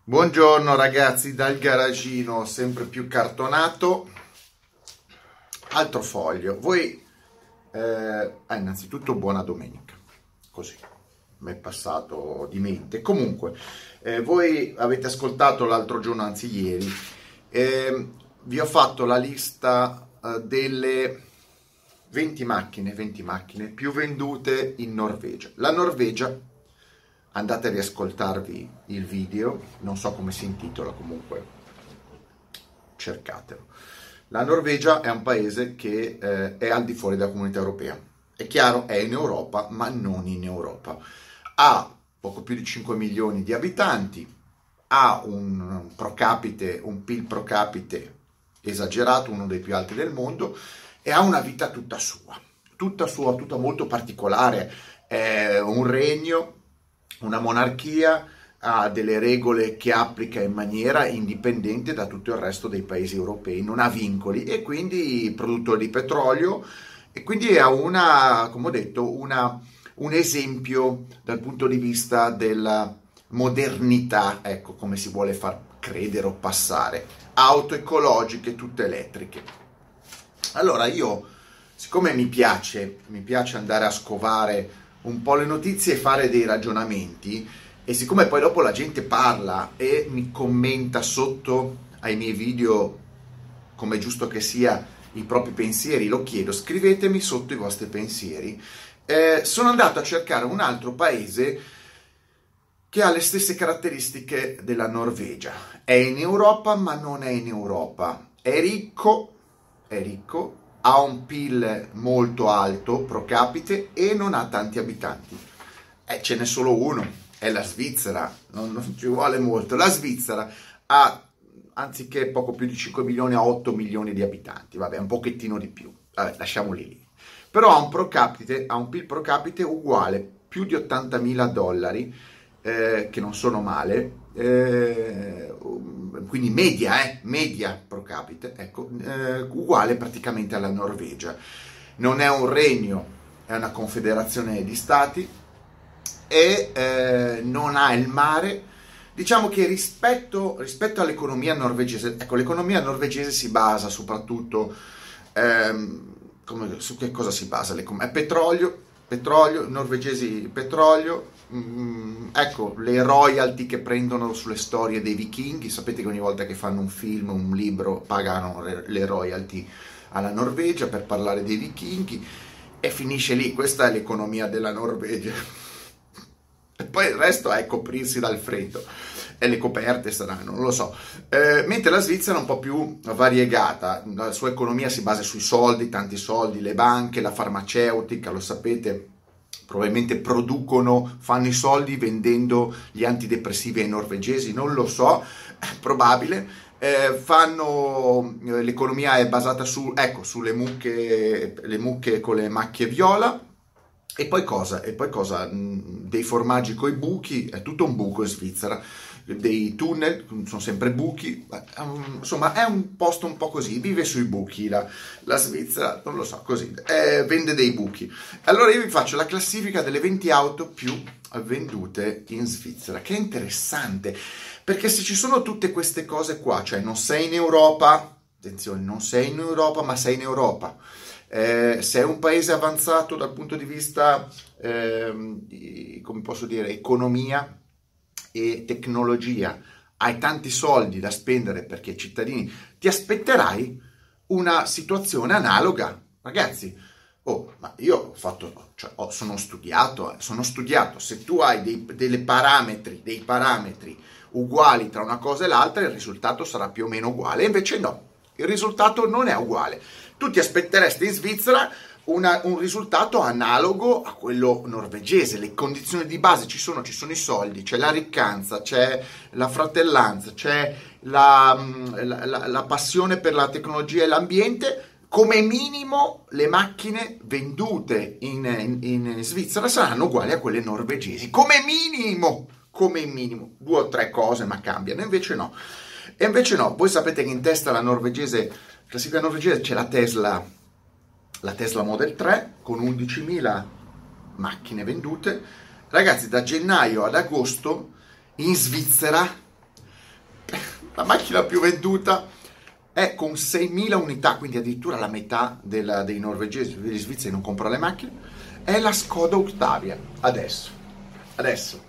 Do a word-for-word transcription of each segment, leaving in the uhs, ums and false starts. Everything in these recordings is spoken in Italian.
Buongiorno ragazzi dal garagino sempre più cartonato. Altro foglio. Voi, eh, ah, innanzitutto buona domenica, così mi è passato di mente. Comunque, eh, voi avete ascoltato l'altro giorno, anzi ieri, eh, vi ho fatto la lista eh, delle venti macchine, venti macchine più vendute in Norvegia. La Norvegia, andate a riascoltarvi il video, non so come si intitola, comunque cercatelo. La Norvegia è un paese che eh, è al di fuori della comunità europea. È chiaro, è in Europa, ma non in Europa. Ha poco più di cinque milioni di abitanti, ha un pro capite, un P I L pro capite esagerato, uno dei più alti del mondo, e ha una vita tutta sua, tutta sua, tutta molto particolare. È un regno, una monarchia, ha delle regole che applica in maniera indipendente da tutto il resto dei paesi europei, non ha vincoli e quindi produttore di petrolio, e quindi è una, come ho detto, una, un esempio dal punto di vista della modernità, ecco, come si vuole far credere o passare. Auto ecologiche, tutte elettriche. Allora io, siccome mi piace, mi piace andare a scovare un po' le notizie e fare dei ragionamenti, e siccome poi dopo la gente parla e mi commenta sotto ai miei video, come è giusto che sia, i propri pensieri, lo chiedo, scrivetemi sotto i vostri pensieri. Eh, sono andato a cercare un altro paese che ha le stesse caratteristiche della Norvegia. È in Europa ma non è in Europa. È ricco, è ricco, ha un P I L molto alto pro capite e non ha tanti abitanti. Eh, ce n'è solo uno, è la Svizzera, non, non ci vuole molto. La Svizzera ha, anziché poco più di cinque milioni, ha otto milioni di abitanti, vabbè, un pochettino di più, vabbè, lasciamoli lì. Però ha un pro capite, ha un P I L pro capite uguale, più di ottantamila dollari, eh, che non sono male, eh, quindi media, eh, media pro capite, ecco, eh, uguale praticamente alla Norvegia. Non è un regno, è una confederazione di stati e eh, non ha il mare. Diciamo che rispetto, rispetto all'economia norvegese, ecco, l'economia norvegese si basa soprattutto, ehm, come, su che cosa si basa? È petrolio, petrolio, i norvegesi petrolio, mm, ecco, le royalty che prendono sulle storie dei vichinghi. Sapete che ogni volta che fanno un film, un libro, pagano le, le royalty alla Norvegia per parlare dei vichinghi, e finisce lì. Questa è l'economia della Norvegia. E poi il resto è coprirsi dal freddo, e le coperte saranno, non lo so. Eh, mentre la Svizzera è un po' più variegata, la sua economia si basa sui soldi, tanti soldi, le banche, la farmaceutica, lo sapete, probabilmente producono, fanno i soldi vendendo gli antidepressivi ai norvegesi, non lo so, è probabile. Eh, fanno, l'economia è basata su, ecco, sulle mucche, le mucche con le macchie viola. E poi cosa? E poi cosa? Dei formaggi coi buchi, è tutto un buco in Svizzera, dei tunnel, sono sempre buchi, insomma è un posto un po' così, vive sui buchi la, la Svizzera, non lo so, così, eh, vende dei buchi. Allora io vi faccio la classifica delle venti auto più vendute in Svizzera, che è interessante, perché se ci sono tutte queste cose qua, cioè non sei in Europa, attenzione, non sei in Europa ma sei in Europa, Eh, se è un paese avanzato dal punto di vista, eh, di, come posso dire, economia e tecnologia, hai tanti soldi da spendere perché i cittadini, ti aspetterai una situazione analoga, ragazzi. Oh, ma io ho fatto, cioè, ho, sono studiato, eh, sono studiato, se tu hai dei, delle parametri, dei parametri uguali tra una cosa e l'altra, il risultato sarà più o meno uguale, invece no, il risultato non è uguale. Tu ti aspetteresti in Svizzera una, un risultato analogo a quello norvegese. Le condizioni di base ci sono, ci sono i soldi, c'è la riccanza, c'è la fratellanza, c'è la, la, la, la passione per la tecnologia e l'ambiente. Come minimo le macchine vendute in, in, in Svizzera saranno uguali a quelle norvegesi. Come minimo, come minimo, due o tre cose, ma cambiano. Invece no. E invece no, voi sapete che in testa la norvegese, classifica norvegese, c'è la Tesla, la Tesla Model tre con undicimila macchine vendute. Ragazzi, da gennaio ad agosto in Svizzera la macchina più venduta è con seimila unità, quindi addirittura la metà della, dei norvegesi, degli svizzeri non comprano le macchine, è la Skoda Octavia, adesso, adesso.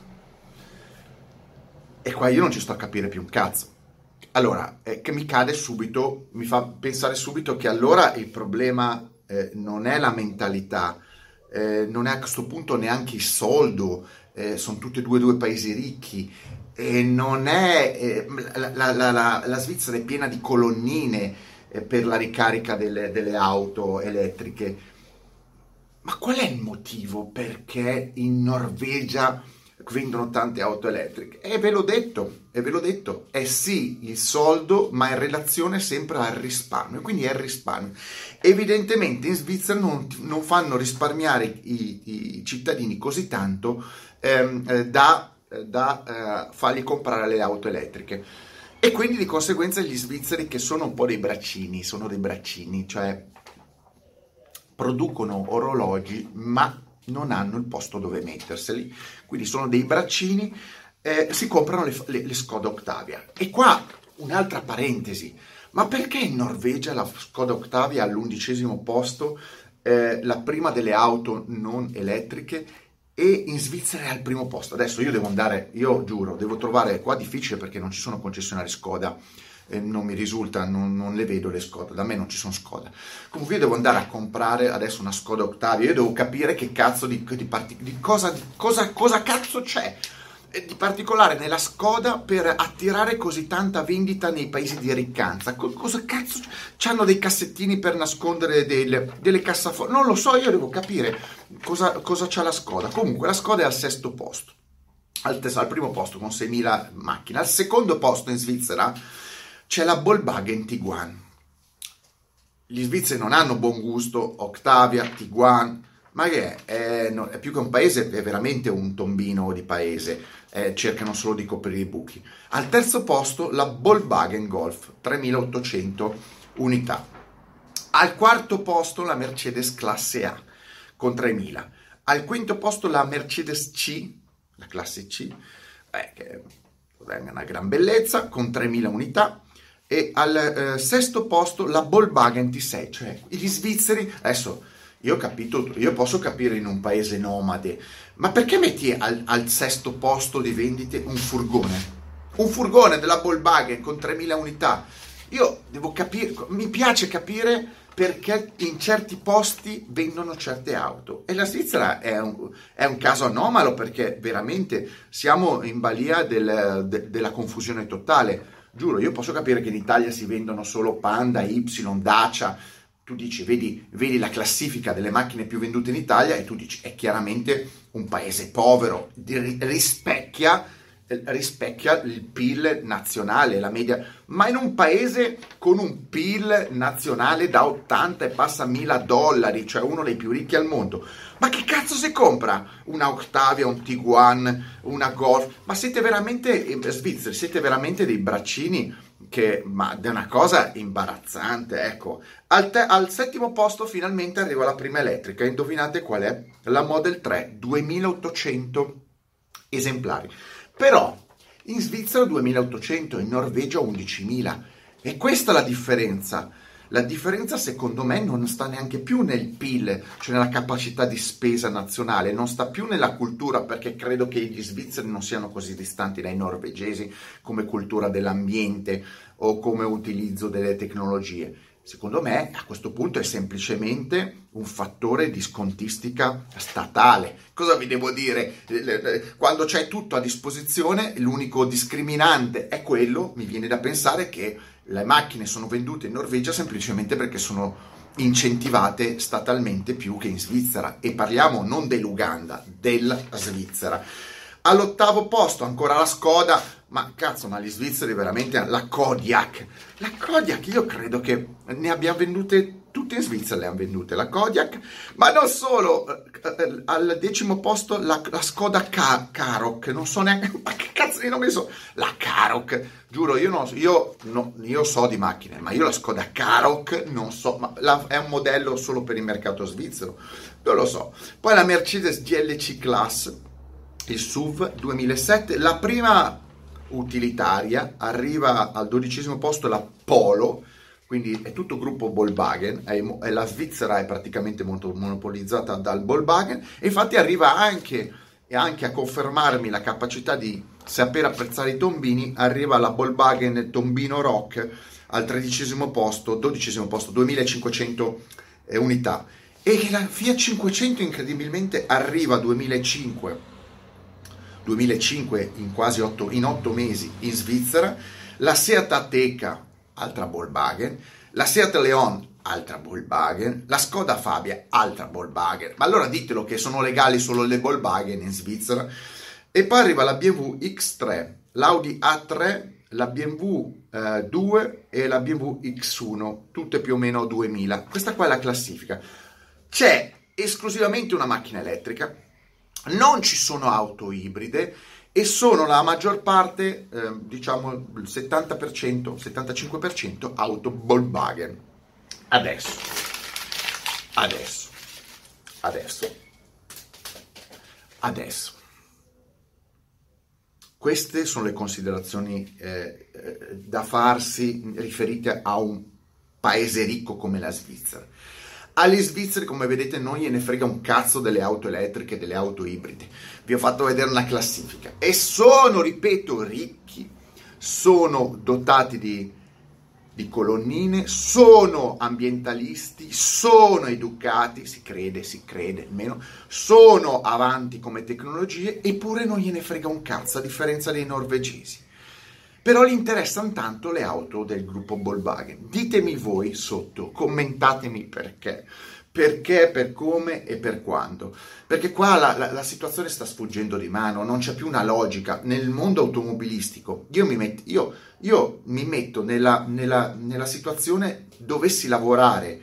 E qua io non ci sto a capire più un cazzo. Allora, eh, che mi cade subito, mi fa pensare subito che allora il problema eh, non è la mentalità, eh, non è a questo punto neanche il soldo, eh, sono tutti e due due paesi ricchi, e non è eh, la, la, la, la, la Svizzera è piena di colonnine eh, per la ricarica delle, delle auto elettriche. Ma qual è il motivo perché in Norvegia vendono tante auto elettriche? E ve l'ho detto, e ve l'ho detto, è sì il soldo, ma in relazione sempre al risparmio, quindi è il risparmio. Evidentemente in Svizzera non, non fanno risparmiare i, i cittadini così tanto ehm, eh, da, da eh, fargli comprare le auto elettriche. E quindi di conseguenza gli svizzeri, che sono un po' dei braccini, sono dei braccini, cioè producono orologi, ma non hanno il posto dove metterseli, quindi sono dei braccini, eh, si comprano le, le, le Skoda Octavia. E qua un'altra parentesi, ma perché in Norvegia la Skoda Octavia è all'undicesimo posto, eh, la prima delle auto non elettriche, e in Svizzera è al primo posto? Adesso io devo andare, io giuro, devo trovare, qua difficile perché non ci sono concessionari Skoda, eh, non mi risulta, non, non le vedo le Skoda, da me non ci sono Skoda. Comunque io devo andare a comprare adesso una Skoda Octavia, io devo capire che cazzo di, di, parti, di cosa, di cosa, cosa cazzo c'è di particolare nella Skoda per attirare così tanta vendita nei paesi di riccanza. Cosa cazzo c'hanno dei cassettini per nascondere delle, delle cassaforti? Non lo so, io devo capire cosa, cosa c'ha la Skoda. Comunque la Skoda è al sesto posto, al, tes- al primo posto con seimila macchine. Al secondo posto in Svizzera c'è la Volkswagen Tiguan. Gli svizzeri non hanno buon gusto, Octavia, Tiguan, ma che è? È, no, è più che un paese, è veramente un tombino di paese, eh, cercano solo di coprire i buchi. Al terzo posto la Volkswagen Golf, tremilaottocento unità. Al quarto posto la Mercedes classe A, con tremila. Al quinto posto la Mercedes C, la classe C, eh, che è una gran bellezza, con tremila unità. E al eh, sesto posto la Volkswagen T sei, cioè gli svizzeri, adesso io ho capito, io posso capire in un paese nomade, ma perché metti al, al sesto posto di vendite un furgone? Un furgone della Volkswagen con tremila unità. Io devo capire, mi piace capire perché in certi posti vendono certe auto. E la Svizzera è un, è un caso anomalo perché veramente siamo in balia del, de, della confusione totale. Giuro, io posso capire che in Italia si vendono solo Panda, Y, Dacia. Tu dici, vedi, vedi la classifica delle macchine più vendute in Italia e tu dici, è chiaramente un paese povero, rispecchia, rispecchia il P I L nazionale, la media, ma in un paese con un P I L nazionale da ottanta e passa mila dollari, cioè uno dei più ricchi al mondo, ma che cazzo si compra una Octavia, un Tiguan, una Golf? Ma siete veramente eh, svizzeri, siete veramente dei braccini che, ma è una cosa imbarazzante, ecco. Al, te- al settimo posto finalmente arriva la prima elettrica, indovinate qual è? La Model tre, duemilaottocento esemplari. Però in Svizzera duemilaottocento, in Norvegia undicimila. E questa è la differenza. La differenza secondo me non sta neanche più nel P I L, cioè nella capacità di spesa nazionale, non sta più nella cultura, perché credo che gli svizzeri non siano così distanti dai norvegesi come cultura dell'ambiente o come utilizzo delle tecnologie. Secondo me a questo punto è semplicemente un fattore di scontistica statale. Cosa vi devo dire? Quando c'è tutto a disposizione, l'unico discriminante è quello, mi viene da pensare, che le macchine sono vendute in Norvegia semplicemente perché sono incentivate statalmente più che in Svizzera. E parliamo non dell'Uganda, della Svizzera. All'ottavo posto ancora la Skoda, ma cazzo, ma gli svizzeri veramente, la Kodiaq. La Kodiaq, io credo che ne abbiamo vendute tutte in Svizzera, le hanno vendute la Kodiaq, ma non solo, eh, al decimo posto la, la Skoda Ka- Karoq, non so neanche, ma che cazzo di nome so, la Karoq, giuro, io, non, io, no, io so di macchine, ma io la Skoda Karoq non so, ma la, è un modello solo per il mercato svizzero, non lo so. Poi la Mercedes G L C Class, il S U V duemilasette, la prima utilitaria, arriva al dodicesimo posto la Polo, quindi è tutto gruppo Volkswagen, è, è la Svizzera è praticamente molto monopolizzata dal Volkswagen, e infatti arriva anche, e anche a confermarmi la capacità di saper apprezzare i tombini, arriva la Volkswagen Tombino Rock al tredicesimo posto, dodicesimo posto, duemilacinquecento eh, unità, e la Fiat cinquecento incredibilmente arriva a duemilacinque, duemilacinque in quasi otto, in otto mesi in Svizzera, la Seat Ateca, altra Volkswagen, la Seat Leon, altra Volkswagen, la Skoda Fabia, altra Volkswagen, ma allora ditelo che sono legali solo le Volkswagen in Svizzera. E poi arriva la B M W X tre, l'Audi A tre, la B M W eh, due e la B M W X uno, tutte più o meno duemila. Questa qua è la classifica. C'è esclusivamente una macchina elettrica, non ci sono auto ibride e sono la maggior parte, eh, diciamo il settanta per cento, settantacinque per cento auto Volkswagen. Adesso, adesso, adesso, adesso. Queste sono le considerazioni eh, eh, da farsi riferite a un paese ricco come la Svizzera. Agli svizzeri, come vedete, non gliene frega un cazzo delle auto elettriche e delle auto ibride. Vi ho fatto vedere una classifica. E sono, ripeto, ricchi, sono dotati di, di colonnine, sono ambientalisti, sono educati, si crede, si crede, almeno, sono avanti come tecnologie, eppure non gliene frega un cazzo, a differenza dei norvegesi. Però gli interessano tanto le auto del gruppo Volkswagen. Ditemi voi sotto, commentatemi perché. Perché, per come e per quando. Perché qua la, la, la situazione sta sfuggendo di mano, non c'è più una logica. Nel mondo automobilistico, io mi, met, io, io mi metto nella, nella, nella situazione, dovessi lavorare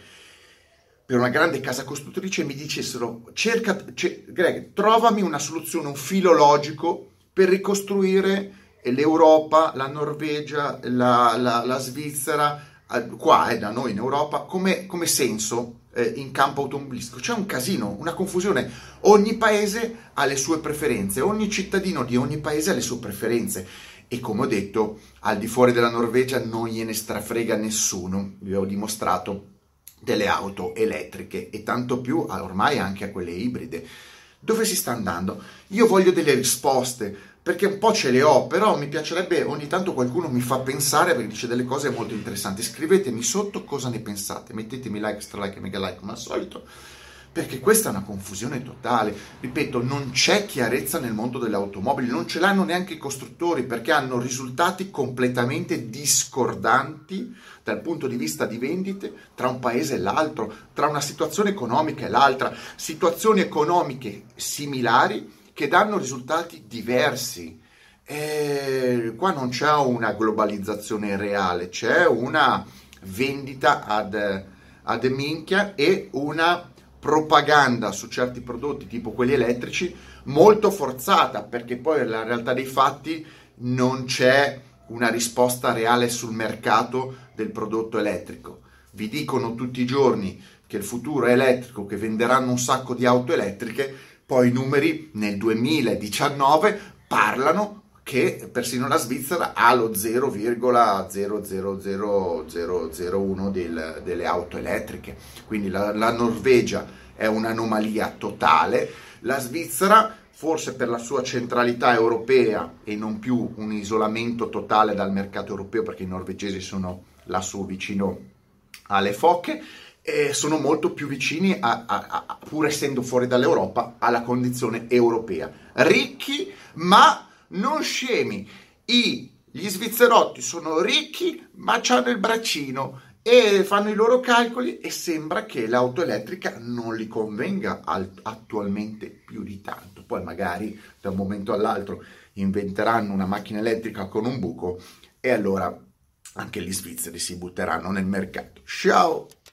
per una grande casa costruttrice e mi dicessero, cerca, c- Greg, trovami una soluzione, un filo logico per ricostruire l'Europa, la Norvegia, la, la, la Svizzera, qua eh, da noi in Europa, come, come senso eh, in campo automobilistico. C'è un casino, una confusione. Ogni paese ha le sue preferenze, ogni cittadino di ogni paese ha le sue preferenze. E come ho detto, al di fuori della Norvegia non gliene strafrega nessuno, vi ho dimostrato, delle auto elettriche e tanto più ormai anche a quelle ibride. Dove si sta andando? Io voglio delle risposte, perché un po' ce le ho, però mi piacerebbe ogni tanto qualcuno mi fa pensare perché dice delle cose molto interessanti. Scrivetemi sotto cosa ne pensate, mettetemi like, stra like e mega like come al solito, perché questa è una confusione totale. Ripeto, non c'è chiarezza nel mondo delle automobili, non ce l'hanno neanche i costruttori perché hanno risultati completamente discordanti dal punto di vista di vendite tra un paese e l'altro, tra una situazione economica e l'altra, situazioni economiche similari che danno risultati diversi. E qua non c'è una globalizzazione reale, c'è una vendita ad, ad minchia e una propaganda su certi prodotti tipo quelli elettrici molto forzata, perché poi la realtà dei fatti non c'è una risposta reale sul mercato del prodotto elettrico. Vi dicono tutti i giorni che il futuro è elettrico, che venderanno un sacco di auto elettriche, poi i numeri nel duemiladiciannove parlano che persino la Svizzera ha lo zero virgola zero zero zero zero zero uno del, delle auto elettriche, quindi la, la Norvegia è un'anomalia totale, la Svizzera forse per la sua centralità europea e non più un isolamento totale dal mercato europeo, perché i norvegesi sono lassù vicino alle foche, e sono molto più vicini, a, a, a, pur essendo fuori dall'Europa, alla condizione europea. Ricchi, ma non scemi. I, gli svizzerotti sono ricchi, ma hanno il braccino e fanno i loro calcoli e sembra che l'auto elettrica non li convenga al, attualmente più di tanto. Poi magari da un momento all'altro inventeranno una macchina elettrica con un buco e allora anche gli svizzeri si butteranno nel mercato. Ciao!